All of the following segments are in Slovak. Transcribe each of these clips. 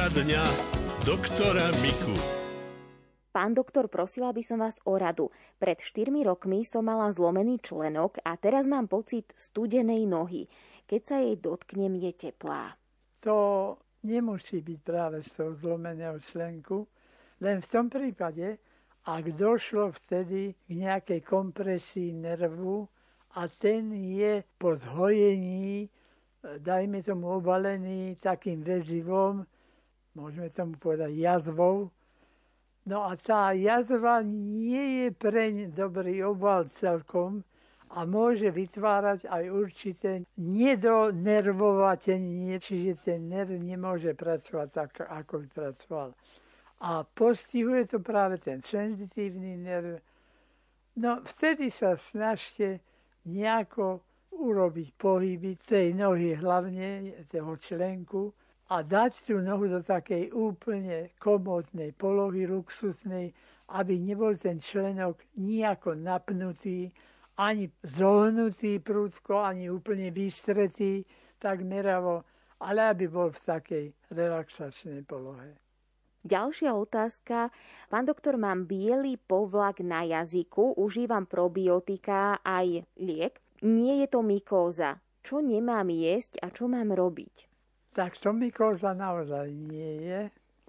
Otázka dňa doktora Miku. Pán doktor, prosila by som vás o radu. Pred 4 rokmi som mala zlomený členok a teraz mám pocit studenej nohy. Keď sa jej dotknem, je teplá. To nemusí byť práve z toho zlomeného členku, len v tom prípade, ak došlo vtedy k nejakej kompresii nervu a ten je pod hojení, dajme tomu obalený takým väzivom, môžeme tomu povedať jazvou. No a tá jazva nie je preň dobrý obal celkom a môže vytvárať aj určité nedonervovatenie, čiže ten nerv nemôže pracovať tak, ako by pracoval. A postihuje to práve ten senzitívny nerv. No vtedy sa snažte nejako urobiť pohyby tej nohy, hlavne toho členku, a dať tú nohu do takej úplne komódnej polohy, luxusnej, aby nebol ten členok nejako napnutý, ani zohnutý prudko, ani úplne vystretý, tak meravo, ale aby bol v takej relaxačnej polohe. Ďalšia otázka. Pán doktor, mám biely povlak na jazyku, užívam probiotika aj liek. Nie je to mykóza. Čo nemám jesť a čo mám robiť? Tak to mykóza naozaj nie je,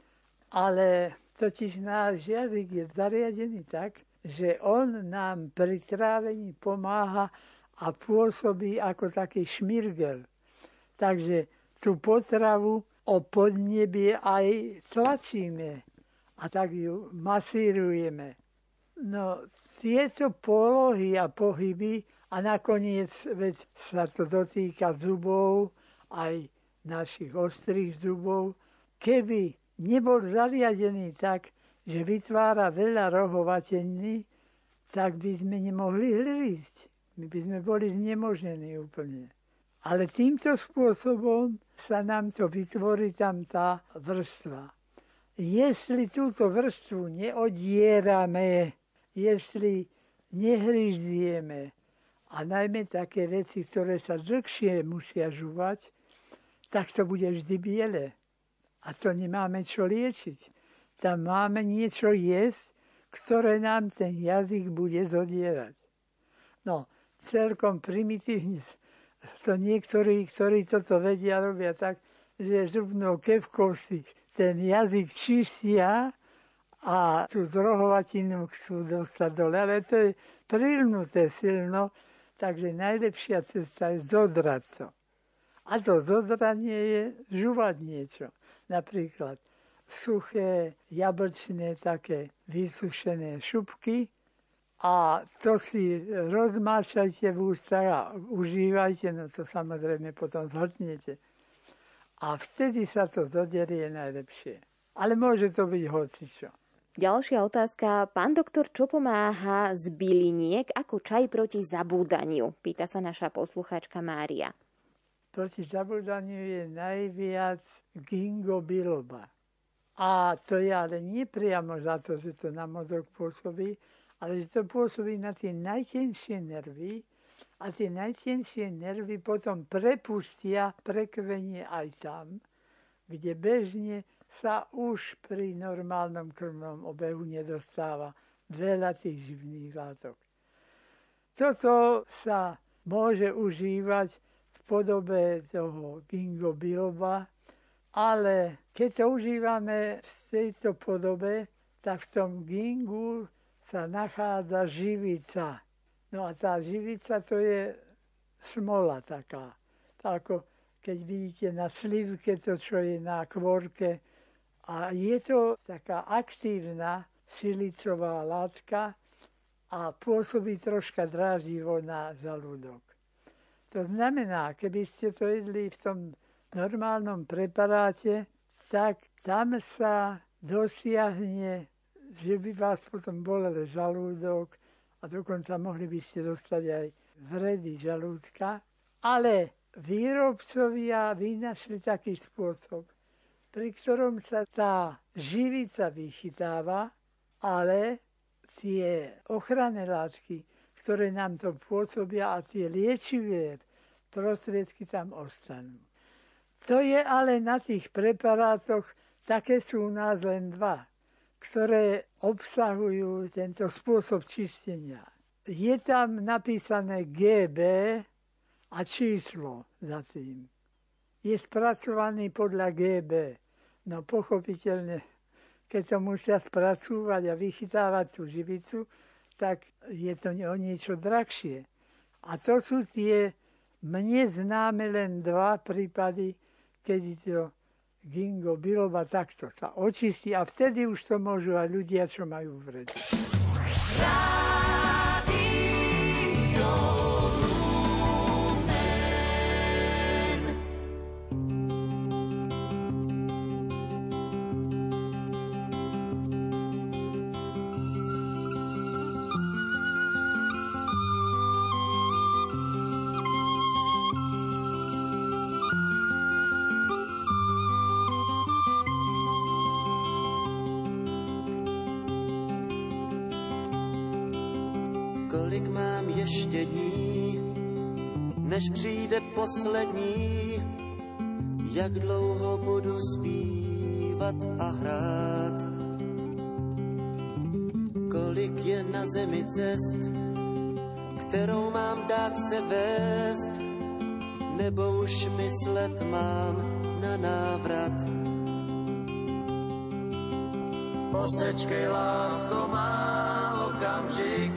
ale totiž náš jazyk je zariadený tak, že on nám pri trávení pomáha a pôsobí ako taký šmirgel. Takže tú potravu o podnebie aj tlačíme a tak ju masírujeme. No tieto polohy a pohyby a nakoniec veď sa to dotýka zubov, aj našich ostrých zubov, keby nebol zariadený tak, že vytvára veľa rohovatení, tak by sme nemohli hľadať. My by sme boli znemožnení úplne. Ale týmto spôsobom sa nám to vytvorí tam tá vrstva. Jestli túto vrstvu neodierame, jestli nehryzieme, a najmä také veci, ktoré sa dlhšie musia žúvať, tak to bude vždy biele. A to nemáme čo liečiť. Tam máme niečo jesť, ktoré nám ten jazyk bude zodierať. No, celkom primitívne to niektorí, ktorí toto vedia, robia tak, že zubnou kevkou si ten jazyk čistia a tú drohovatinu chcú dostať dole. Ale to je prilnuté silno, takže najlepšia cesta je zodrať to. A to zodranie je žúvať niečo. Napríklad suché, jablčné, také vysušené šupky a to si rozmáčajte v ústach a užívajte, no to samozrejme potom zhltnete. A vtedy sa to zoderie najlepšie. Ale môže to byť hocičo. Ďalšia otázka. Pán doktor, čo pomáha z byliniek ako čaj proti zabúdaniu? Pýta sa naša poslucháčka Mária. Proti zabúdaniu je najviac ginkgo biloba. A to je ale nie priamo za to, že to na mozog pôsobí, ale že to pôsobí na tie najtenšie nervy a tie najtenšie nervy potom prepustia prekrvenie aj tam, kde bežne sa už pri normálnom krvnom obehu nedostáva veľa tých živných látok. Toto sa môže užívať v podobe toho ginkgo biloba, ale keď to užívame v tejto podobe, tak v tom gingu sa nachádza živica. No a tá živica to je smola taká. Tak ako keď vidíte na slivke to, čo je na kvorke. A je to taká aktívna silicová látka a pôsobí troška dráživo na žalúdok. To znamená, keby ste to jedli v tom normálnom preparáte, tak tam sa dosiahne, že by vás potom bolel žalúdok a dokonca mohli by ste dostať aj vredy žalúdka. Ale výrobcovia vynašli taký spôsob, pri ktorom sa tá živica vychytáva, ale tie ochranné látky, ktoré nám to pôsobia a tie liečivé prostriedky tam ostanú. To je ale na tých preparátoch Také sú u nás len dva, ktoré obsahujú tento spôsob čistenia. Je tam napísané GB a číslo za tým. Je spracovaný podľa GB. No pochopiteľne, keď to musia spracúvať a vychytávať tú živicu, tak je to o niečo drahšie. A to sú tie mne známe len dva prípady, keď to gingo biloba takto sa očistí a vtedy už to môžu aj ľudia, čo majú vredy. Kolik mám ještě dní, než přijde poslední, jak dlouho budu zpívat a hrát. Kolik je na zemi cest, kterou mám dát se vést, nebo už myslet mám na návrat. Posečkej, lásko, má okamžik,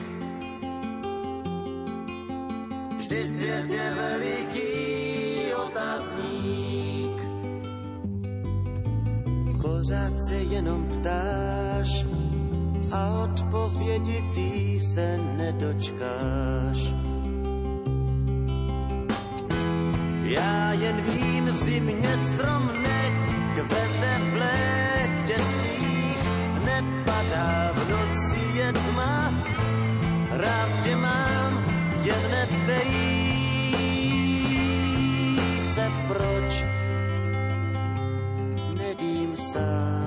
vždyť svět je veliký otazník. Pořád se jenom ptáš a odpovědi ty se nedočkáš. Já jen vím, v zimě strom nekvete, v létě sníh nepadá, v noci je tma, rád tě mám, jen neptej se proč, nevím sám.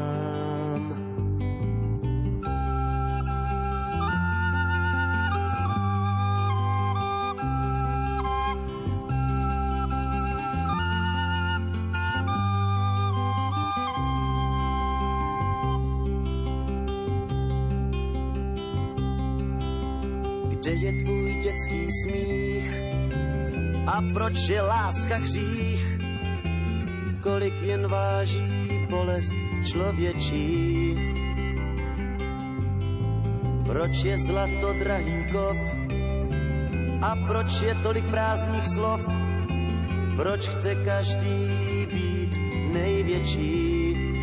Kde je tvůj dětský smích a proč je láska hřích? Kolik jen váží bolest člověčí? Proč je zlato drahý kov a proč je tolik prázdných slov? Proč chce každý být největší?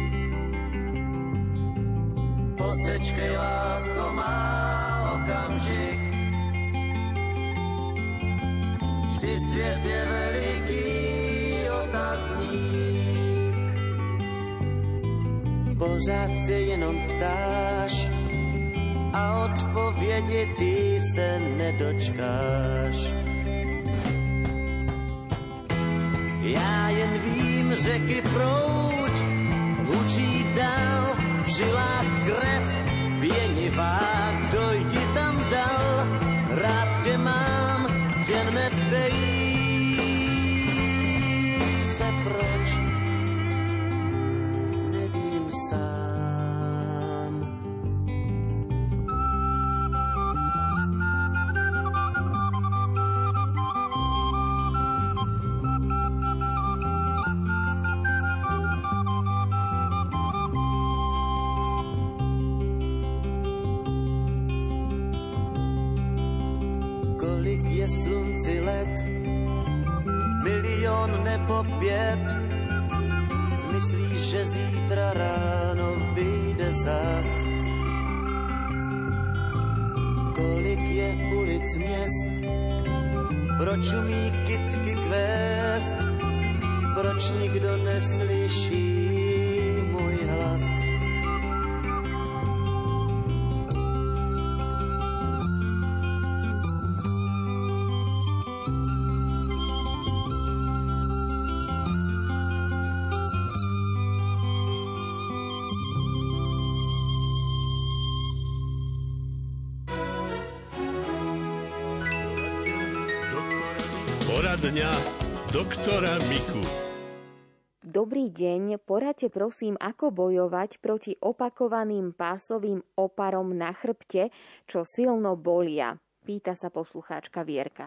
Posečkej, lásko, má okamžik, vždyť svět je veliký otazník. Pořád se jenom ptáš a odpovědi ty se nedočkáš. Já jen vím, řeky proud hučí dál, v žilách krev věnivá, kdo ji tam dal, rád tě mám, jen neptej se proč, nevím sám. Kolik je slunci let, milion nebo 5, myslíš, že zítra ráno vyjde zas? Kolik je ulic měst, proč umí kytky kvést, proč nikdo neslyší můj hlas? Poradňa doktora Miku. Dobrý deň, poradte prosím, ako bojovať proti opakovaným pásovým oparom na chrbte, čo silno bolia. Pýta sa poslucháčka Vierka.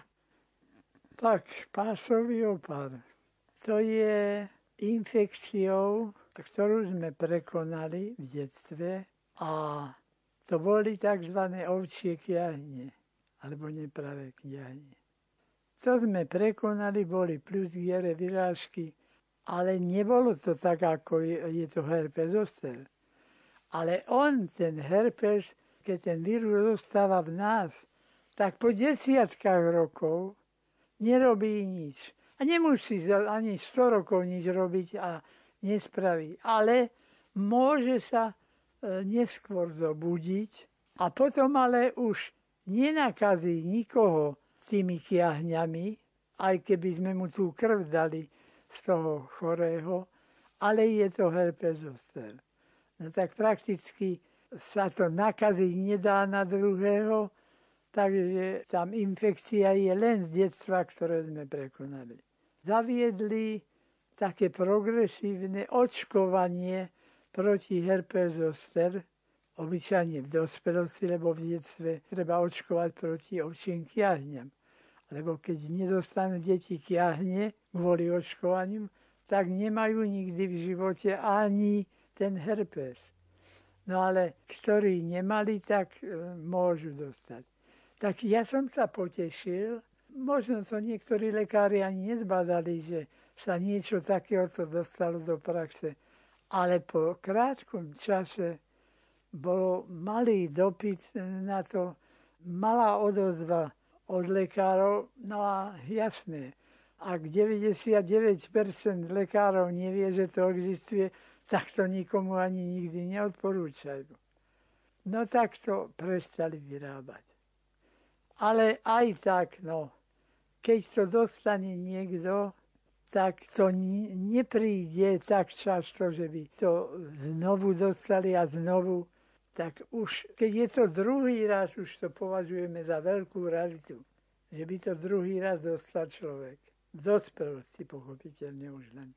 Tak, pásový opar. To je infekciou, ktorú sme prekonali v detstve a to boli tzv. Ovčie kiahne, alebo nepravé kiahne. To sme prekonali, boli plusgiere, vyrážky, ale nebolo to tak, ako je to herpes zoster. Ale ten herpes, keď ten vírus zostáva v nás, tak po desiatkách rokov nerobí nič. A nemusí ani 100 rokov nič robiť a nespraví. Ale môže sa neskôr zobudiť a potom ale už nenakazí nikoho tými kiahňami, aj keby sme mu tú krv dali z toho chorého, ale je to herpes zoster. No tak prakticky sa to nakaziť nedá na druhého, takže tam infekcia je len z detstva, ktoré sme prekonali. Zaviedli také progresívne očkovanie proti herpes zoster, obyčajne v dospelosti, lebo v detstve treba očkovať proti ovčím kiahňam. Lebo keď nedostanú deti kiahne kvôli očkovaniu, tak nemajú nikdy v živote ani ten herpes. No ale ktorí nemali, tak môžu dostať. Tak ja som sa potešil, možno to niektorí lekári ani nezbadali, že sa niečo takéhoto dostalo do praxe, ale po krátkom čase bol malý dopyt na to, malá odozva od lekárov, no a jasné, ak 99% lekárov nevie, že to existuje, tak to nikomu ani nikdy neodporúčajú. No tak to prestali vyrábať. Ale aj tak, keď to dostane niekto, tak to nepríde tak často, že by to znovu dostali a znovu. Tak už, keď je to druhý raz, už to považujeme za veľkú raritu. Že by to druhý raz dostal človek. V dospelosti pochopiteľne už len.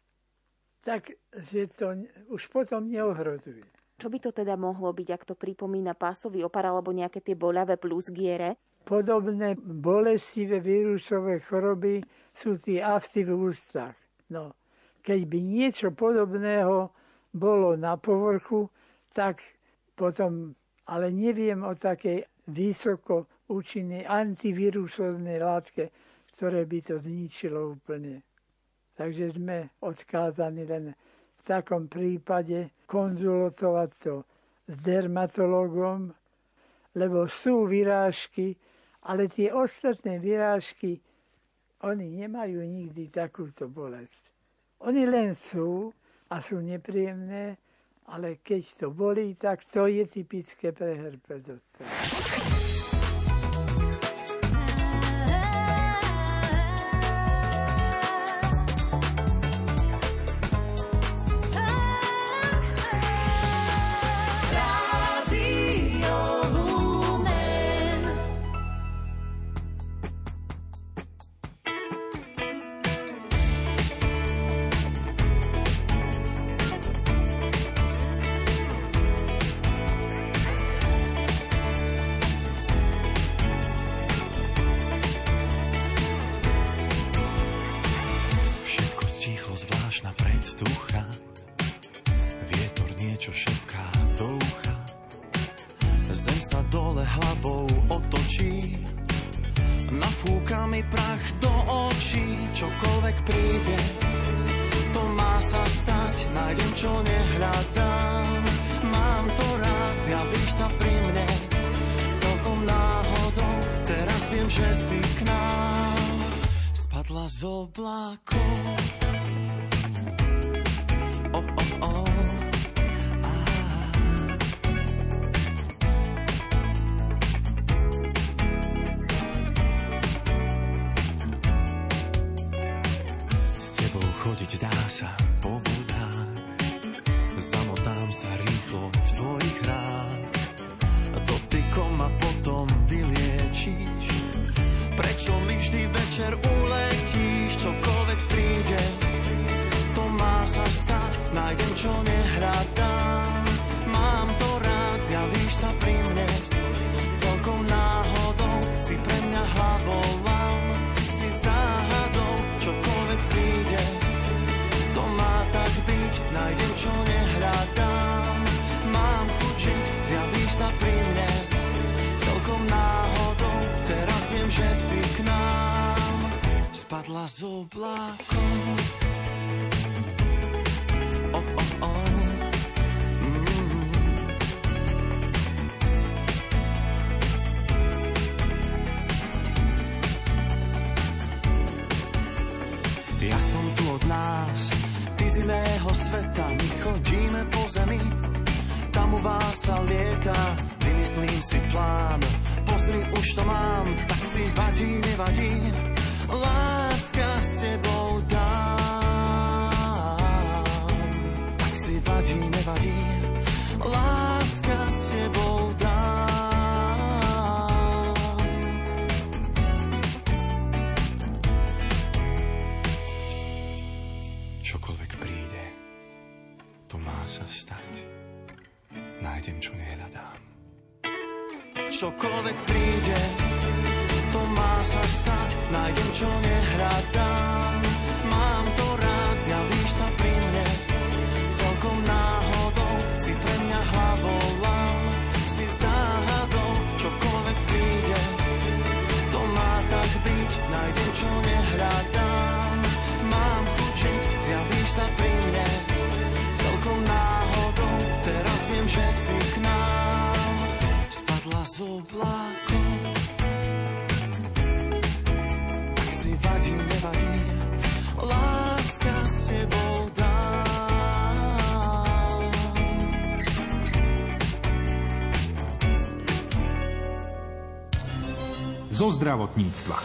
Takže to už potom neohrozuje. Čo by to teda mohlo byť, ak to pripomína pásový opar alebo nejaké tie boľavé plusgiere? Podobné bolestivé vírusové choroby sú tie afty v ústach. No, keď by niečo podobného bolo na povrchu, tak potom, ale neviem o takej vysoko účinnej antivírusovnej látke, ktoré by to zničilo úplne. Takže sme odkázaní len v takom prípade konzultovať to s dermatologom, lebo sú vyrážky, ale tie ostatné vyrážky, oni nemajú nikdy takúto bolesť. Oni len sú a sú nepríjemné, ale keď to bolí, tak to je typické pre herpes zoster. Z oblákov. S tebou chodiť dá sa po vodách, zamotám sa rýchlo v tvojich hrách, dotykom ma potom vyliečiš. Prečo mi vždy večer uletíš, čokoľvek príde, to má sa spadla z oblákov. Ja som tu od nás, ty z iného sveta, my chodíme po zemi, tam u vás sa lieta, vymyslím si plán, pozri, už to mám, tak si vadí, nevadí, láska s tebou dám. Tak si vadí, nevadí, láska s tebou dám. Čokoľvek príde, to má sa stať. Nájdem, čo nehľadám. Čokoľvek príde, to má sa stať. Nájdem, čo nehľadám. Mám to rád, zjavíš sa pri mne. Celkom náhodou si pre mňa hlavolám. Si záhadou, čokoľvek príde, to má tak byť. Nájdem, čo nehľadám. Mám chuť žiť, zjavíš sa pri mne. Celkom náhodou, teraz viem, že si k nám spadla z oblákov. Tak si vadí, nevadí, láska s tebou dám. Zo zdravotníctva.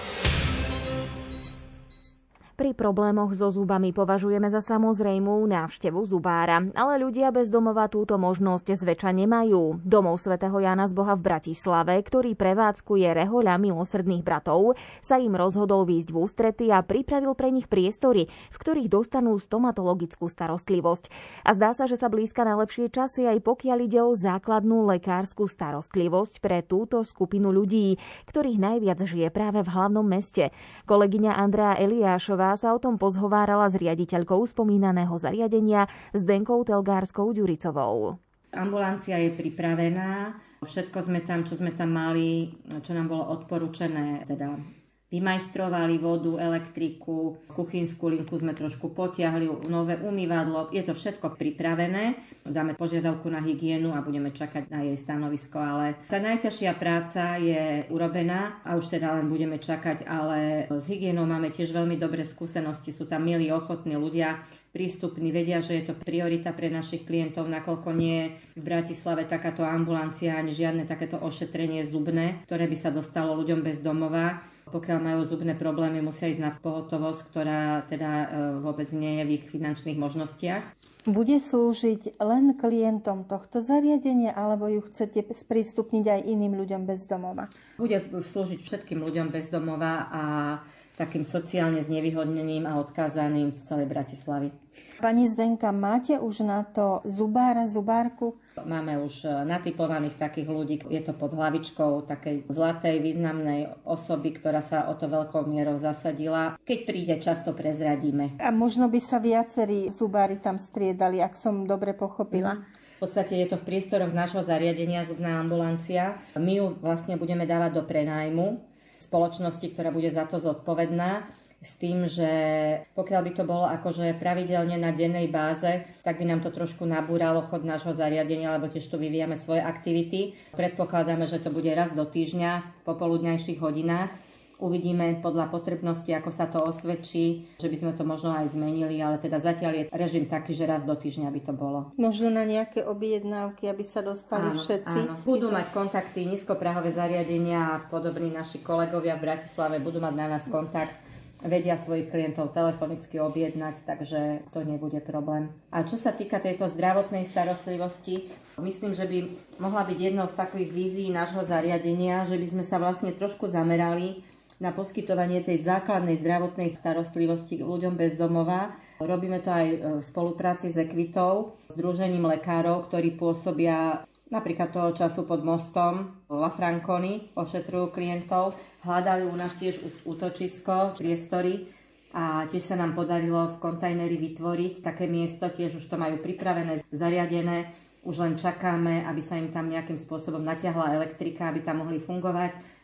Pri problémoch so zubami považujeme za samozrejmú návštevu zubára, ale ľudia bez domova túto možnosť zväčša nemajú. Domov svätého Jána z Boha v Bratislave, ktorý prevádzkuje rehoľa milosrdných bratov, sa im rozhodol výjsť v ústrety a pripravil pre nich priestory, v ktorých dostanú stomatologickú starostlivosť. A zdá sa, že sa blízka najlepšie časy, aj pokiaľ ide o základnú lekárskú starostlivosť pre túto skupinu ľudí, ktorých najviac žije práve v hlavnom meste. Kolegyňa Andrea Eliášová sa o tom pozhovárala s riaditeľkou spomínaného zariadenia Zdenkou Telgárskou-Ďuricovou. Ambulancia je pripravená, všetko sme tam, čo sme tam mali, čo nám bolo odporúčené, teda vymajstrovali vodu, elektriku, kuchynskú linku sme trošku potiahli, nové umývadlo, je to všetko pripravené. Dáme požiadavku na hygienu a budeme čakať na jej stanovisko, ale tá najťažšia práca je urobená a už teda len budeme čakať, ale s hygienou máme tiež veľmi dobré skúsenosti, sú tam milí, ochotní ľudia, prístupní, vedia, že je to priorita pre našich klientov, nakoľko nie je v Bratislave takáto ambulancia ani žiadne takéto ošetrenie zubné, ktoré by sa dostalo ľuďom bez domova. Pokiaľ majú zubné problémy, musia ísť na pohotovosť, ktorá teda vôbec nie je v ich finančných možnostiach. Bude slúžiť len klientom tohto zariadenia, alebo ju chcete sprístupniť aj iným ľuďom bez domova? Bude slúžiť všetkým ľuďom bez domova a takým sociálne znevýhodneným a odkázaným z celej Bratislavy. Pani Zdenka, máte už na to zubára, zubárku? Máme už natipovaných takých ľudí, je to pod hlavičkou takej zlatej, významnej osoby, ktorá sa o to veľkou mierou zasadila. Keď príde, často prezradíme. A možno by sa viacerí zubári tam striedali, ak som dobre pochopila. V podstate je to v priestoroch nášho zariadenia zubná ambulancia. My ju vlastne budeme dávať do prenájmu spoločnosti, ktorá bude za to zodpovedná, s tým, že pokiaľ by to bolo akože pravidelne na dennej báze, tak by nám to trošku nabúralo chod nášho zariadenia, lebo tiež tu vyvíjame svoje aktivity. Predpokladáme, že to bude raz do týždňa v popoludňajších hodinách. Uvidíme podľa potrebnosti, ako sa to osvedčí, že by sme to možno aj zmenili, ale teda zatiaľ je režim taký, že raz do týždňa by to bolo. Možno na nejaké objednávky, aby sa dostali všetci. Áno. Budú mať kontakty, nízkoprahové zariadenia a podobní naši kolegovia v Bratislave budú mať na nás kontakt, vedia svojich klientov telefonicky objednať, takže to nebude problém. A čo sa týka tejto zdravotnej starostlivosti, myslím, že by mohla byť jednou z takých vízií nášho zariadenia, že by sme sa vlastne trošku zamerali na poskytovanie tej základnej zdravotnej starostlivosti ľuďom bez domova. Robíme to aj v spolupráci s Equitou, združením lekárov, ktorí pôsobia napríklad toho času pod mostom La Franconi, ošetrujú klientov, hľadajú u nás tiež útočisko, priestory a tiež sa nám podarilo v kontajneri vytvoriť také miesto, tiež už to majú pripravené, zariadené, už len čakáme, aby sa im tam nejakým spôsobom natiahla elektrika, aby tam mohli fungovať.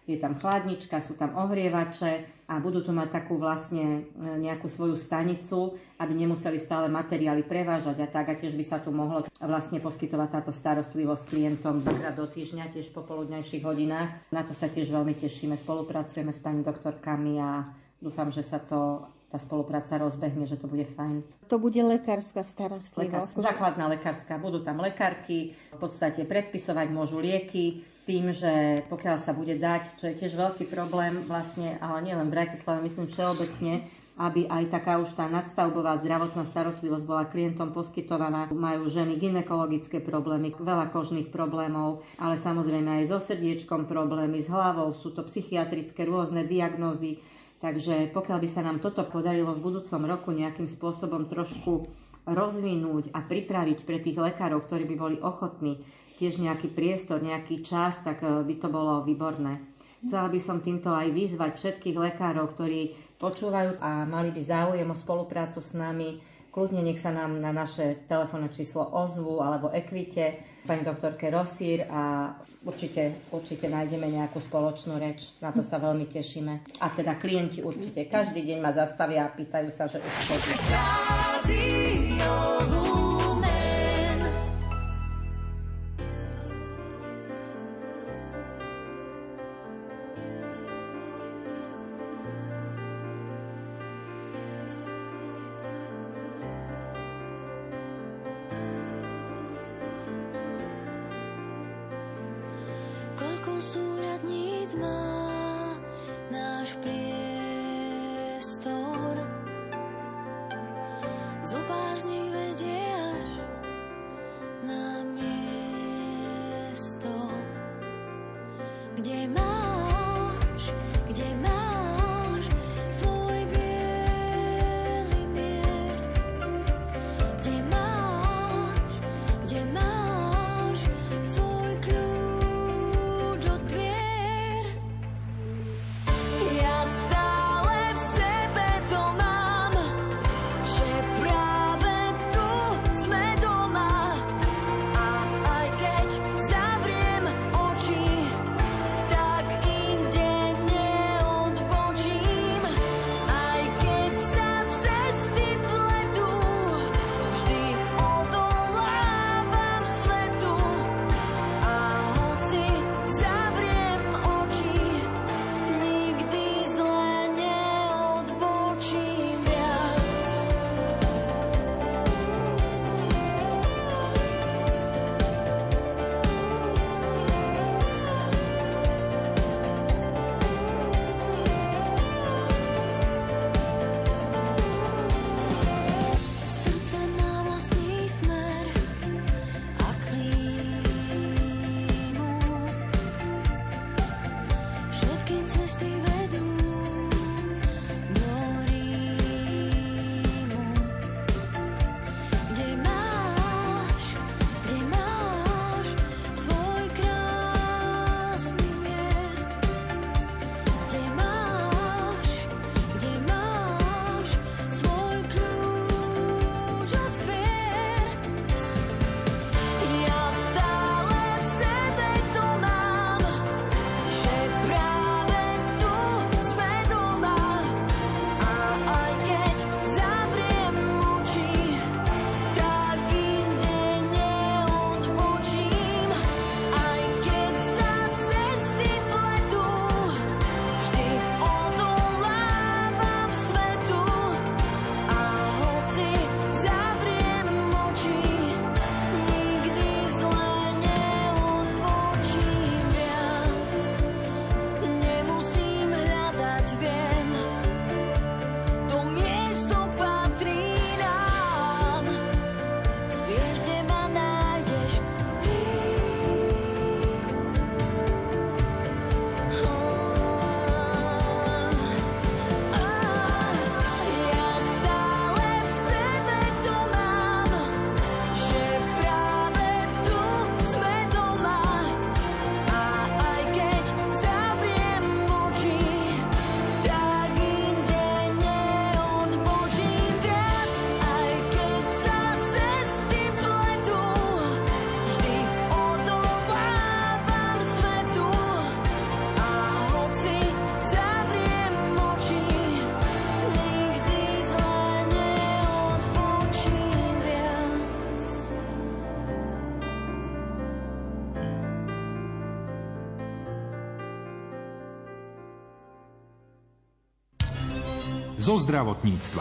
je tam chladnička, sú tam ohrievače a budú tu mať takú vlastne nejakú svoju stanicu, aby nemuseli stále materiály prevážať a tak. A tiež by sa tu mohlo vlastne poskytovať táto starostlivosť klientom 2-krát do týždňa, tiež po poludňajších hodinách. Na to sa tiež veľmi tešíme. Spolupracujeme s pani doktorkami a dúfam, že sa tá spolupráca rozbehne, že to bude fajn. To bude lekárska starostlivosť. Základná lekárska. Budú tam lekárky, v podstate predpisovať môžu lieky, tým, že pokiaľ sa bude dať, čo je tiež veľký problém vlastne, ale nielen v Bratislave, myslím všeobecne, aby aj taká už tá nadstavbová zdravotná starostlivosť bola klientom poskytovaná. Majú ženy gynekologické problémy, veľa kožných problémov, ale samozrejme aj so srdiečkom problémy, s hlavou, sú to psychiatrické rôzne diagnózy. Takže pokiaľ by sa nám toto podarilo v budúcom roku nejakým spôsobom trošku rozvinúť a pripraviť pre tých lekárov, ktorí by boli ochotní tiež nejaký priestor, nejaký čas, tak by to bolo výborné. Chcela by som týmto aj vyzvať všetkých lekárov, ktorí počúvajú a mali by záujem o spoluprácu s nami. Kľudne nech sa nám na naše telefónne číslo ozvu alebo ekvite pani doktorke Rosír a určite nájdeme nejakú spoločnú reč. Na to sa veľmi tešíme. A teda klienti určite každý deň ma zastavia a pýtajú sa, že už chodí. Súradníc má náš priestor, zopár z nich vedie až na miesto, kde máš svoj biely mier, kde máš svoj kľúč od dvier. Ja stále v sebe to mám, že práve tu sme doma. A aj keď zavriem oči, tak zo zdravotníctva.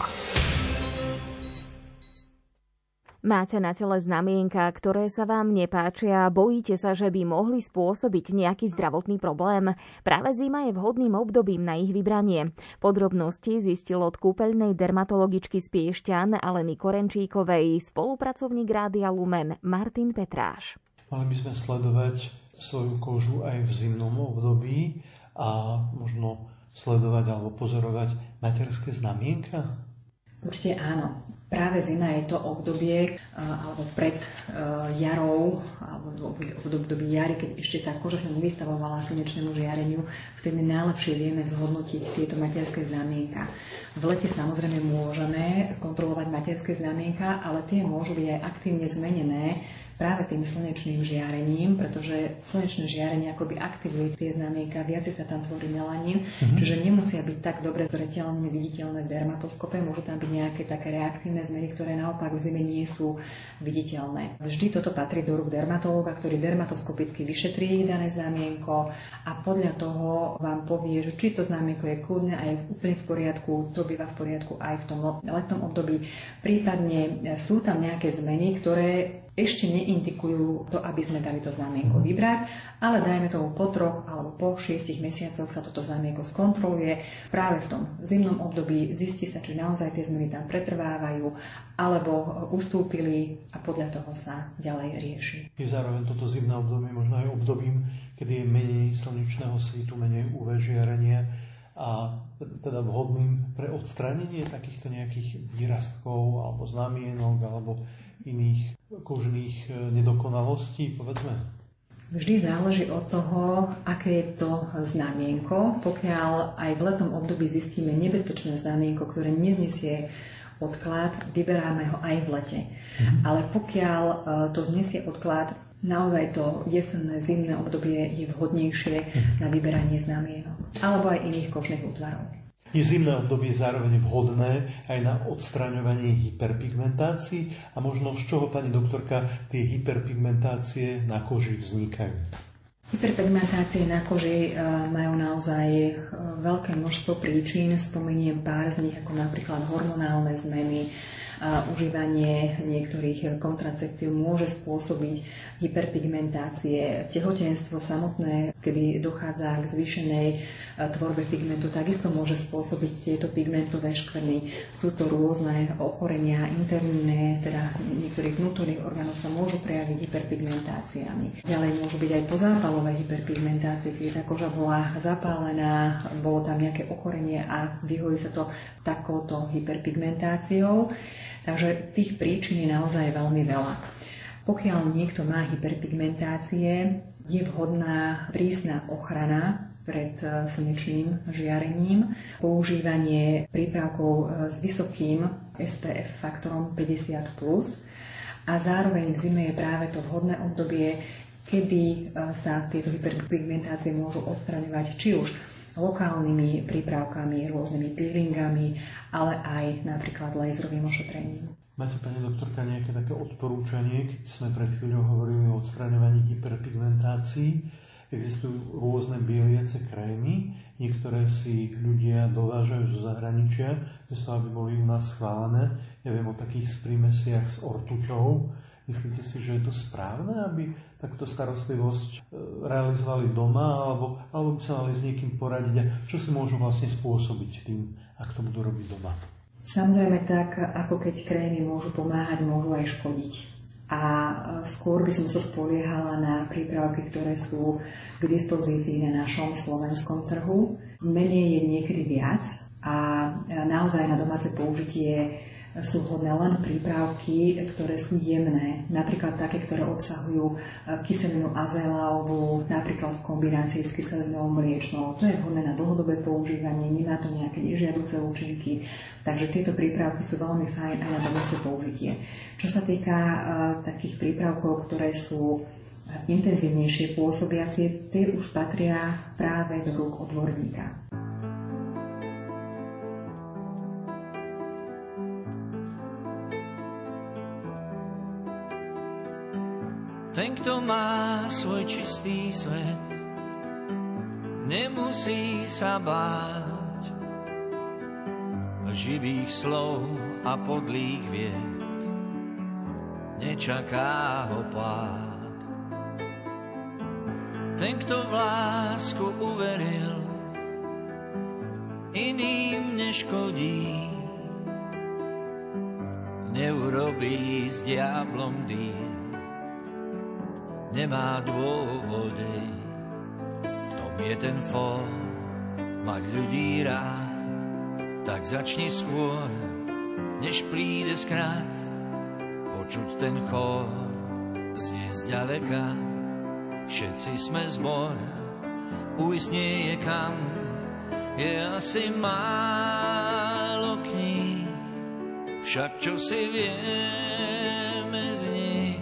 Máte na tele znamienka, ktoré sa vám nepáčia a bojíte sa, že by mohli spôsobiť nejaký zdravotný problém? Práve zima je vhodným obdobím na ich vybranie. Podrobnosti zistil od kúpeľnej dermatologičky z Piešťan Aleny Korenčíkovej spolupracovník Rádia Lumen Martin Petráš. Mali by sme sledovať svoju kožu aj v zimnom období a možno sledovať alebo pozorovať materské znamienka? Určite áno. Práve zima je to obdobie alebo pred jarou alebo v období jary, keď ešte tá koža sa nevystavovala slnečnému žiareniu, vtedy najlepšie vieme zhodnotiť tieto materské znamienka. V lete samozrejme môžeme kontrolovať materské znamienka, ale tie môžu byť aj aktívne zmenené práve tým slnečným žiarením, pretože slnečné žiarenie akoby aktivuje tie znamienka, viacej sa tam tvorí melanín, čiže nemusia byť tak dobre zreteľne viditeľné v dermatoskope, môžu tam byť nejaké také reaktívne zmeny, ktoré naopak v zime nie sú viditeľné. Vždy toto patrí do rúk dermatológa, ktorý dermatoskopicky vyšetrí dané znamienko a podľa toho vám povie, že či to znamienko je kľudné a je úplne v poriadku, to býva v poriadku aj v tom letnom období. Prípadne sú tam nejaké zmeny, ktoré ešte neindikujú to, aby sme dali to znamienko vybrať, ale dajme tomu po 3 alebo po 6 mesiacoch sa toto znamienko skontroluje. Práve v tom zimnom období zistí sa, či naozaj tie zmeny tam pretrvávajú alebo ustúpili a podľa toho sa ďalej rieši. Je zároveň toto zimné obdobie možno aj obdobím, kedy je menej slnečného svitu, menej UV žiarenia a teda vhodným pre odstránenie takýchto nejakých výrastkov alebo znamienok alebo iných kožných nedokonalostí, povedzme? Vždy záleží od toho, aké je to znamienko. Pokiaľ aj v letnom období zistíme nebezpečné znamienko, ktoré neznesie odklad, vyberáme ho aj v lete. Ale pokiaľ to znesie odklad, naozaj to jesenné, zimné obdobie je vhodnejšie na vyberanie znamienok alebo aj iných kožných útvarov. Je zimné obdobie zároveň vhodné aj na odstraňovanie hyperpigmentácií a možno z čoho, pani doktorka, tie hyperpigmentácie na koži vznikajú? Hyperpigmentácie na koži majú naozaj veľké množstvo príčin. Spomeniem pár z nich, ako napríklad hormonálne zmeny, užívanie niektorých kontraceptív môže spôsobiť hyperpigmentácie. Tehotenstvo samotné, kedy dochádza k zvýšenej tvorbe pigmentu, takisto môže spôsobiť tieto pigmentové škvrny. Sú to rôzne ochorenia interné, teda niektorých vnútorných orgánov sa môžu prejaviť hyperpigmentáciami. Ďalej môžu byť aj pozápalové hyperpigmentácie, keď tá koža bola zapálená, bolo tam nejaké ochorenie a vyhojí sa to takouto hyperpigmentáciou. Takže tých príčin je naozaj veľmi veľa. Pokiaľ niekto má hyperpigmentácie, je vhodná prísna ochrana pred slnečným žiarením, používanie prípravkov s vysokým SPF faktorom 50+, a zároveň v zime je práve to vhodné obdobie, kedy sa tieto hyperpigmentácie môžu odstraňovať či už lokálnymi prípravkami, rôznymi peelingami, ale aj napríklad laserovým ošetrením. Máte, pani doktorka, nejaké také odporúčanie, keď sme pred chvíľou hovorili o odstraňovaní hyperpigmentácií? Existujú rôzne bieliace krémy, niektoré si ľudia dovážajú zo zahraničia, bez toho, aby boli u nás schválené. Ja viem o takých prímesiach s ortuťou. Myslíte si, že je to správne, aby takúto starostlivosť realizovali doma, alebo by sa mali s niekým poradiť? A čo si môžu vlastne spôsobiť tým, ak to budú robiť doma? Samozrejme tak, ako keď krémy môžu pomáhať, môžu aj škodiť. A skôr by som sa spoliehala na prípravky, ktoré sú k dispozícii na našom slovenskom trhu. Menej je niekedy viac a naozaj na domáce použitie sú vhodné len prípravky, ktoré sú jemné, napríklad také, ktoré obsahujú kyselinu azeláovú, napríklad v kombinácii s kyselinou mliečnou. To je vhodné na dlhodobé používanie, nemá to nejaké nežiaduce účinky, takže tieto prípravky sú veľmi fajn aj na domáce použitie. Čo sa týka takých prípravkov, ktoré sú intenzívnejšie pôsobiacie, tie už patria práve do rúk odborníka. Ten, kto má svoj čistý svet, nemusí sa báť, živých slov a podlých vied. Nečaká ho pád. Ten, kto v lásku uveril, iným neškodí. Neurobí s diablom díl, nemá dôvody. V tom je ten fór, mať ľudí rád. Tak začni skôr, než príde skrát, počuť ten chór znie zďaleka. Všetci sme zbor, ujsť nie je kam, je asi málo kníh, však čo si vieme z nich.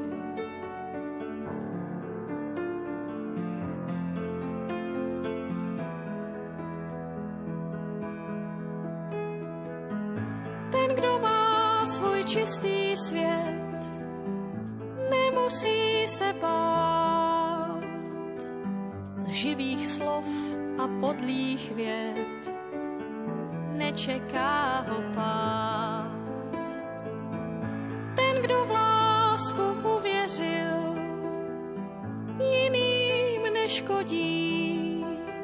Ten, kdo má svůj čistý svět, nemusí se bát živých slov a podlých vět. Nečeká ho pád. Ten, kdo v lásku uvěřil, jiným neškodí.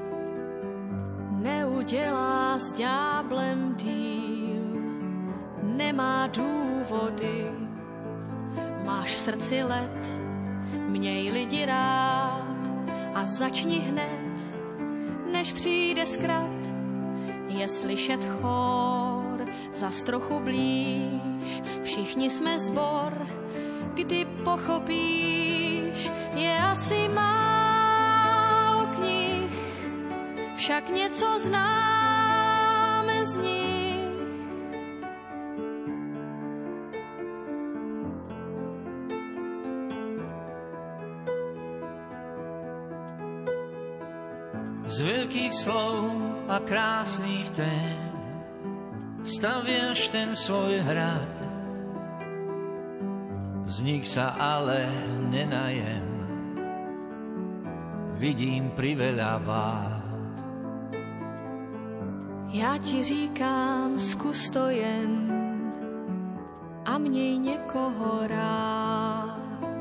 Neudělá s ďáblem díl, nemá důvody. Máš v srdci led, měj lidi rád a začni hned, než přijde zkrat. Je slyšet chór, zas trochu blíž, všichni jsme zbor, kdy pochopíš, je asi málo knih, však něco známe z nich. Z veľkých slov a krásnych tém staviaš ten svoj hrad. Z nich sa ale nenajem, vidím priveľa vád. Já ti říkám, zkus to jen a měj někoho rád.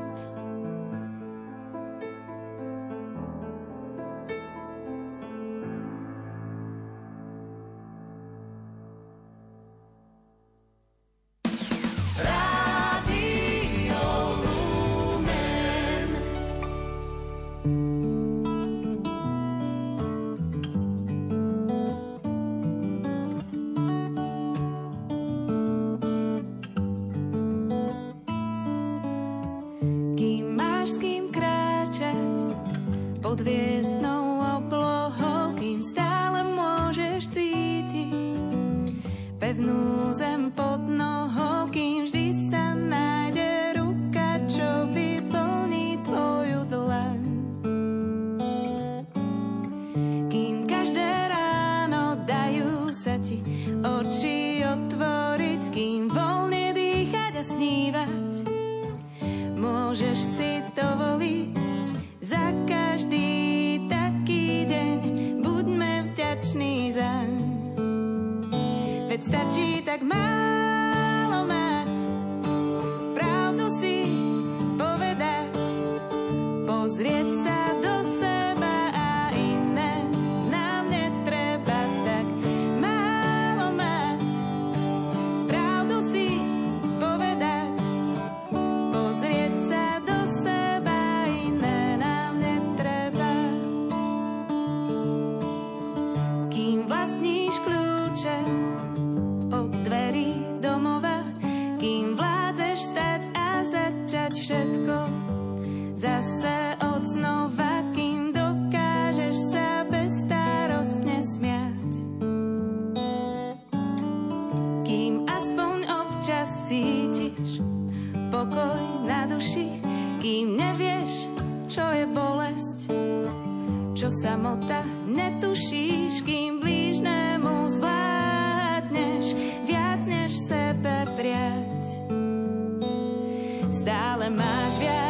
Pod hviezdnou oblohou, kým stále môžeš cítiť pevnú zem pod nohou, kým vždy sa nájde ruka, čo vyplní tvoju dlaň. Kým každé ráno dajú sa ti oči otvoriť, kým voľne dýchať a snívať, môžeš si dovoliť za každý taký deň, buďme vďační zaň. Veď stačí tak málo mať, pravdu si povedať, pozrieť sa do seba a iné nám netreba. Tak málo mať, pravdu si povedať, pozrieť sa do seba, iné nám netreba. Kým vlastníš kľúče od dverí domova, kým vládzeš stať a začať všetko zase od znova, kým dokážeš sa bezstarostne smiať, kým aspoň občas cítiš pokoj na duši, kým nevieš, čo je bolesť, čo samota netušíš, kým blížnemu zvládneš viac než sebe prijať. Stále máš viac